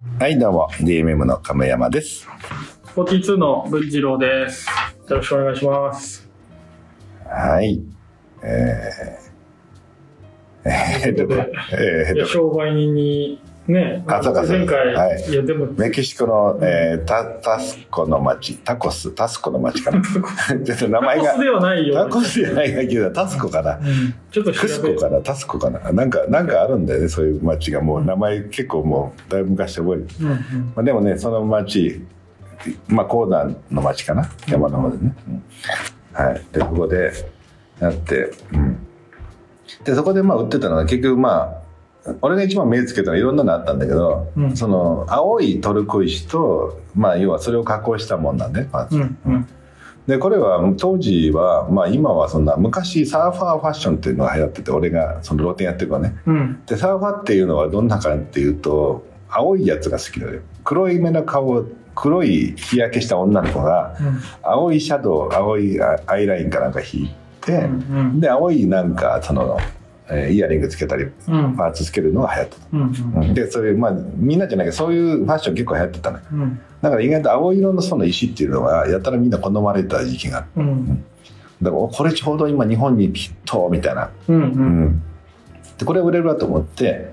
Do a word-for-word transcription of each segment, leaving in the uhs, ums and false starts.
はいどうも ディーエムエム の亀山です。 フォーティーツーの文次郎です。よろしくお願いします。 はい、えー、えー、とえー、いや商売人にね、 あそうか前回、 はい、 いやでもメキシコの、えー、タ, タスコの町タコスタスコの町かなちょっと名前がタコスではないよ、 タコスではないけどタスコかな、うん、 ちょっとクスコかなタスコかななんかなんかあるんだよね、そういう町がもう名前結構もうだいぶ昔覚える、うんうん、まあ、でもねその町まあ高山の町かな、山の方でね、うんはい、でここでやって、うん、でそこでまあ売ってたのが結局まあ俺が一番目つけたのはいろんなのあったんだけど、うん、その青いトルコ石とまあ要はそれを加工したもんなんで、まず、うんうん、でこれは当時はまあ今はそんな昔サーファーファッションっていうのが流行ってて、俺がその露店やってるからね、うん、でサーファーっていうのはどんなかっていうと青いやつが好きだよ。黒い目の顔黒い日焼けした女の子が青いシャドウ青いアイラインかなんか引いて、うんうん、で青いなんかそのえー、イヤリングつけたり、うん、パーツつけるのが流行ってた、うんうん、でそういうまあみんなじゃないけどそういうファッション結構流行ってたの、うん、だから意外と青色のその石っていうのはやたらみんな好まれた時期がある、うんうん、だからこれちょうど今日本にピッとみたいな、うんうんうん、でこれ売れるわと思って、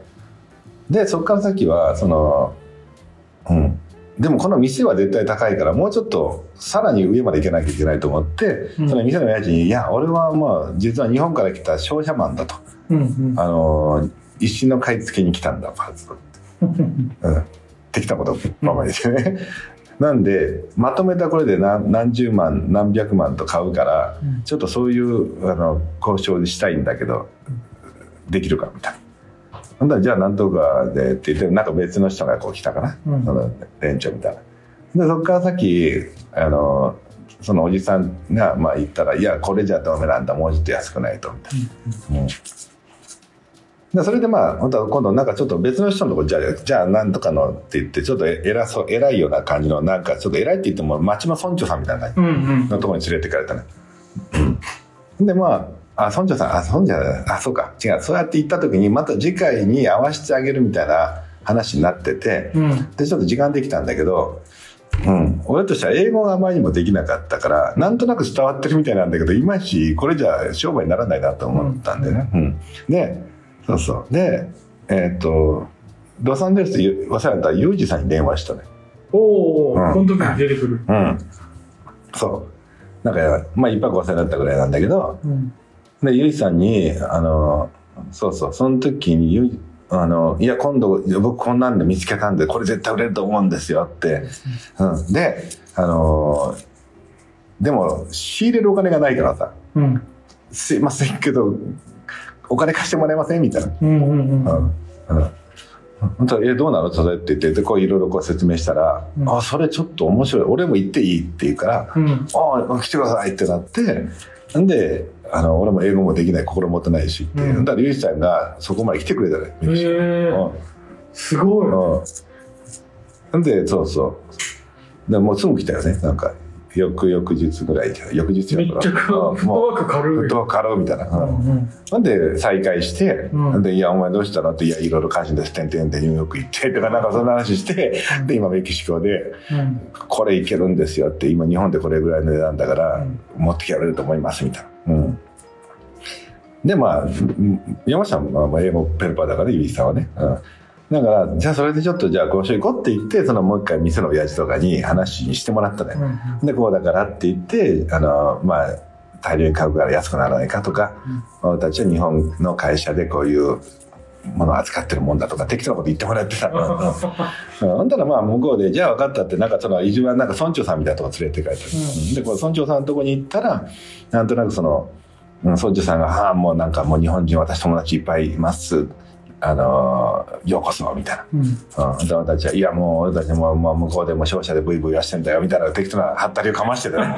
でそこから先はその、うん、でもこの店は絶対高いからもうちょっとさらに上まで行けなきゃいけないと思って、うん、その店の親父にいや俺はまあ実は日本から来た商社マンだと、うんうん、あの石の買い付けに来たんだパーツとって、うん、適当なことままですよねなんでまとめたこれで 何, 何十万何百万と買うから、うん、ちょっとそういうあの交渉したいんだけどできるかみたいな。ほんだらじゃあなんとかでって言ってなんか別の人がこう来たかな、うん、その店長みたいな。でそっから先あのそのおじさんがまあ言ったらいやこれじゃダメなんだもうちょっと安くないとみたいな、うんうん、でそれでまあ本当は今度なんかちょっと別の人のとこじゃあじゃあなんとかのって言ってちょっと偉そう偉いような感じのなんかちょっと偉いって言っても町の村長さんみたいな感じのところに連れて行かれたね、うん、でまああ村長さんあ村長あそうか違うそうやって言った時にまた次回に合わせてあげるみたいな話になってて、うん、でちょっと時間できたんだけど、うん、俺としては英語があまりにもできなかったからなんとなく伝わってるみたいなんだけどいまいちこれじゃ商売にならないなと思ったんでね、うんうん、でそうそうでえっ、ー、とロサンゼルスでお世話になったユージさんに電話したね。 おお、うん、この時に出てくる、 うん、そうなんかまあ一泊お世話になったぐらいなんだけど、うんでゆいさんにあのそうそうその時にゆいあのいや今度僕こんなんで見つけたんでこれ絶対売れると思うんですよって、うん、であのでも仕入れるお金がないからさ、うん、すいませんけどお金貸してもらえませんみたいな、うんうんうんうんうん、本当えどうなのそれって言ってこういろいろこう説明したら、うん、あそれちょっと面白い俺も行っていいって言うから、うん、あ来てくださいってなってんであの俺も英語もできない心もとないしって、うん、だからゆうじさんがそこまで来てくれたね。へー、うん、すごい、 うん、でそうそうでもうすぐ来たよねなんか翌々日ぐらい翌日やからめっちゃフットワーク軽いフットワーク軽いみたいな、うんうん、なんで再会して、うん、でいやお前どうしたのっていやいろいろ感謝ですてんてんでニューヨーク行ってとかなんかそんな話して、うん、で今メキシコで、うん、これいけるんですよって今日本でこれぐらいの値段だから、うん、持ってきてやれると思いますみたいな、うん、でまあ山下さんは英語ペルパーだからゆうじさんはね、うんだからじゃあそれでちょっとじゃあ交渉行こうって言ってそのもう一回店の親父とかに話にしてもらったね、うんうん、でこうだからって言ってあのまあ大量に買うから安くならないかとか、うん、俺たちは日本の会社でこういうものを扱ってるもんだとか適当なこと言ってもらってたほんだらまあ向こうでじゃあ分かったってなんかその移住はなんか村長さんみたいなとこ連れて帰ったり、うん、でこの村長さんのとこに行ったらなんとなくその村長さんが「ああもうなんかもう日本人私友達いっぱいいます」あのようこそみたいな、うんうん、で私たちはいやもう俺たちも、まあ、向こうでも商社でブイブイはしてんだよみたいな適当なハったりをかましてた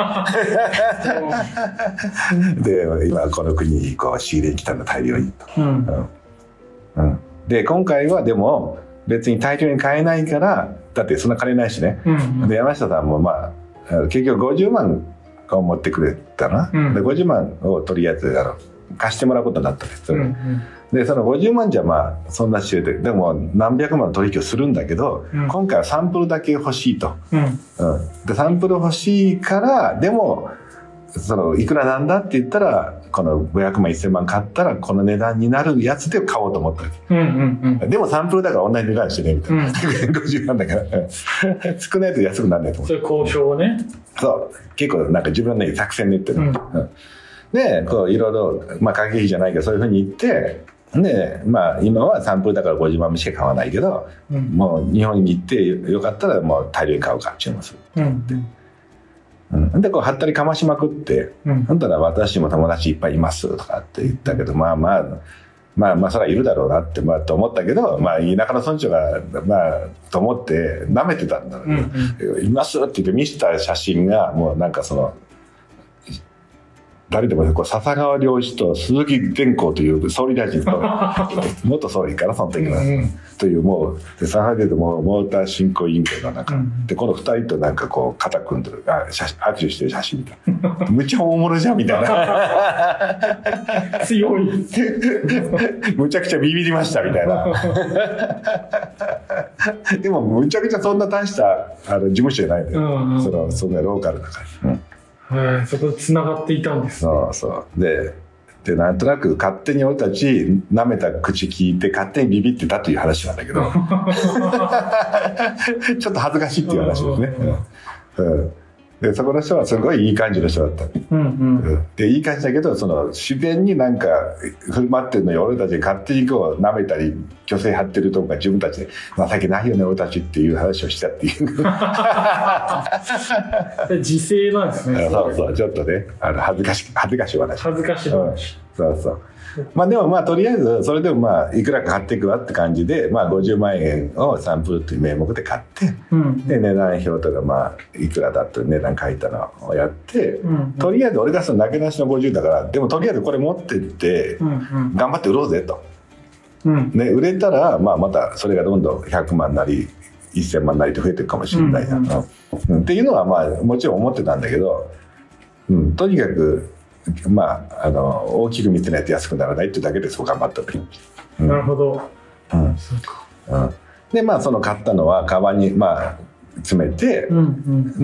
ねで今この国にこう仕入れに来たんだ大量にと、うんうんうん、で今回はでも別に大量に買えないからだってそんな金ないしね、うんうん、で山下さんもまあ結局ごじゅうまんを持ってくれたな、うん、でごじゅうまんをとりあえずあの貸してもらうことになったんです、うんうんでそのごじゅうまんじゃまあそんな知れてでも何百万の取引をするんだけど、うん、今回はサンプルだけ欲しいと、うんうん、でサンプル欲しいからでもそのいくらなんだって言ったらこのごひゃくまんせんまん買ったらこの値段になるやつで買おうと思ったわけ、うんうんうん、でもサンプルだから同じ値段してねみたいな、うん、ごじゅうまんだから少ないと安くならないと思ってそれ交渉をねそう結構なんか自分の作戦で言ってる、うんうん、でこういろいろまあ駆け引きじゃないけどそういうふうに言ってでまあ今はサンプルだからごじゅうまんしか買わないけど、うん、もう日本に行ってよかったらもう大量に買うから注文するって言って、うんうん、でこうはったりかましまくって、うん、ほんだら私も友達いっぱいいますとかって言ったけどまあまあまあまあそれはいるだろうなってまあと思ったけどまあ田舎の村長がまあと思って舐めてたんだろうね、うんうん、いますって言って見せた写真がもうなんかその誰でもこう笹川良一と鈴木善光という総理大臣と元総理からその時は、うんうん、というもうでサハデでもモーター振興委員会の中、うん、でこのふたりとなんかこう肩組んでるあ写握手してる写真みたいなむっちゃ大物じゃんみたいな強いむちゃくちゃビビりましたみたいなでもむちゃくちゃそんな大したあの事務所じゃないんだよ、うんうん、そのそんなローカルだから、うんはい、そこで繋がっていたんですね。 そうそうででなんとなく勝手に俺たち舐めた口聞いて勝手にビビってたという話なんだけどちょっと恥ずかしいっていう話ですね、うんうん、でそこの人はすごいいい感じの人だった、うんうんうん、でいい感じだけどその自然になんか振る舞ってるのに俺たち勝手にこう舐めたり虚勢張ってるとこが自分たちで情けないよね俺たちっていう話をしたっていう自制なんですね。 そうそうちょっとねあの恥ずかし恥ずかしい話恥ずかしい話、うん、 そうそうまあでもまあとりあえずそれでもまあいくらか買っていくわって感じでまあごじゅうまんえんをサンプルという名目で買って、うん、で値段表とかまあいくらだって値段書いたのをやって、うん、とりあえず俺がその投げ出しのごじゅうだからでもとりあえずこれ持ってって頑張って売ろうぜと、うんね、売れたらまあまたそれがどんどんひゃくまんなりせんまんなりと増えていくかもしれないな、うんうん、っていうのはまあもちろん思ってたんだけど、うん、とにかくまあ、あの大きく見てないと安くならないっていうだけでそう頑張ったわけ、 うん、なるほど、 うんそうかうん、でまあその買ったのはカバンにまあ詰めて、うんうん、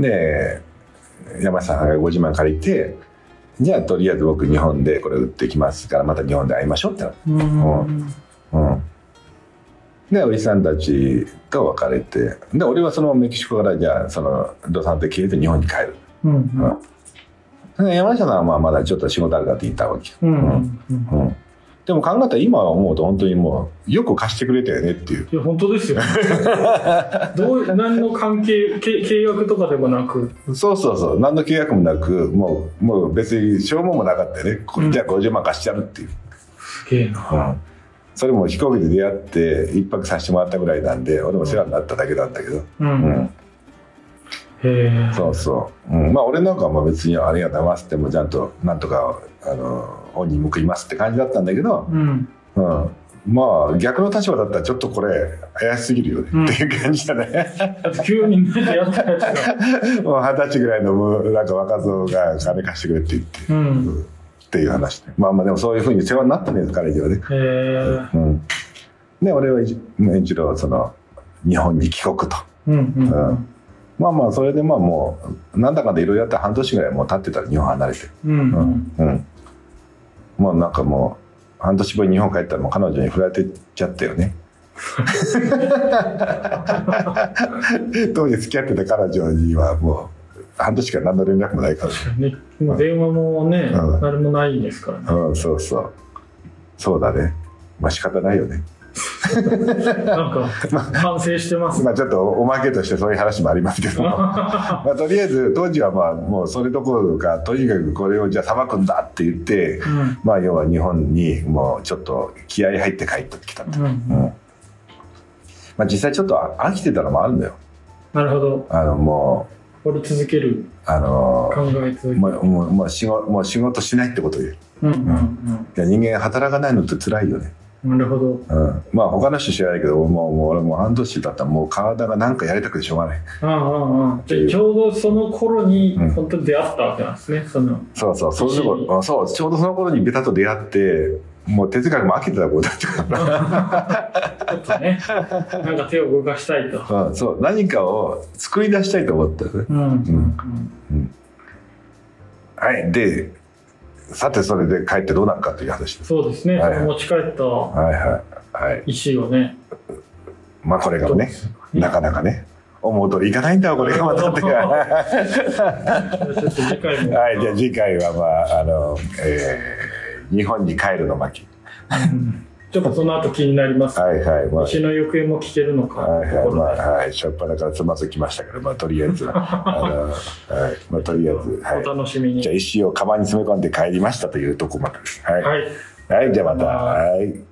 で山下さんがごじゅうまん借りてじゃあとりあえず僕日本でこれ売ってきますからまた日本で会いましょうってなる、うんうん、でおじさんたちと別れてで俺はそのメキシコからじゃあそのロサンゼルス消えて日本に帰る、うんうん山下さんはまあまだちょっと仕事あるからって言ったわけ、うんうんうん、でも考えたら今は思うと本当にもうよく貸してくれたよねっていう。 いや本当ですよどう何の関係契約とかでもなくそうそうそう何の契約もなくもう、もう別に証文もなかったよね、うん、じゃあごじゅうまん貸してやるっていう。 すげえな、うん、 それも飛行機で出会って一泊させてもらったぐらいなんで俺も世話になっただけなんだけど、うんうんうんへそうそう、うん、まあ俺なんかは別にあれが騙してもちゃんとなんとかあの本人報いますって感じだったんだけど、うんうん、まあ逆の立場だったらちょっとこれ怪しすぎるよね、うん、っていう感じだねだって急に出会ったやつがもう二十歳ぐらいのなんか若造が金貸してくれって言って、うんうん、っていう話でまあまあでもそういうふうに世話になったね彼にはねへー、うん、で俺は一度その日本に帰国と、うんうんうんまあまあそれでまあもうなんだかんだいろいろやって半年ぐらいもう経ってたら日本離れてうんうんうんもうなんかもう半年後に日本帰ったらもう彼女に振られてちゃったよね当時付き合ってた彼女にはもう半年間何の連絡もないからね、今電話もね、うん、何もないですからね、 うん、そうそうそうだねまあ仕方ないよねなんか反省してます、 まあちょっとおまけとしてそういう話もありますけどもまあとりあえず当時はまあもうそれどころかとにかくこれをじゃあ裁くんだって言って、うん、まあ要は日本にもうちょっと気合い入って帰ってきたと、うんうんまあ、実際ちょっと飽きてたのもあるんだよ。 なるほど。 あのもう掘り続けるあの考え続けるもう、もう、もう仕事、もう仕事しないってことで、うんうんうん、いや人間働かないのって辛いよね。 なるほど、 うん、まあ他の人知らないけどもう、もう俺もう半年だったらもう体が何かやりたくてしょうがない。 ああああでちょうどその頃に本当に出会ったわけなんですね、うん、そのそうそうそうそうそうちょうどその頃にベタと出会ってもう哲学も飽きてた子だったちょっとね、なんか手を動かしたいと。 うん、そう何かを作り出したいと思ったよね。 うんうんうん、はいでさてそれで帰ってどうなるかという話です。 そうですね、 はいはい、 その持ち帰ったはいはいはい石をね、 まあこれがねなかなかね思う通りいかないんだよこれがまたってはいじゃあ次回はまああの、えー、日本に帰るの巻、 うんちょっとその後気になります。はいはい、まあ、石の行方も聞けるのか。 はいはい、まあはい、しょっぱなからつまずきましたから、まあとりあえず、あの、はい、まあとりあえず、はい、 お楽しみに。 じゃあ石をカバンに詰め込んで帰りましたというところまでです。はい、はい、はい、じゃあまた、はい。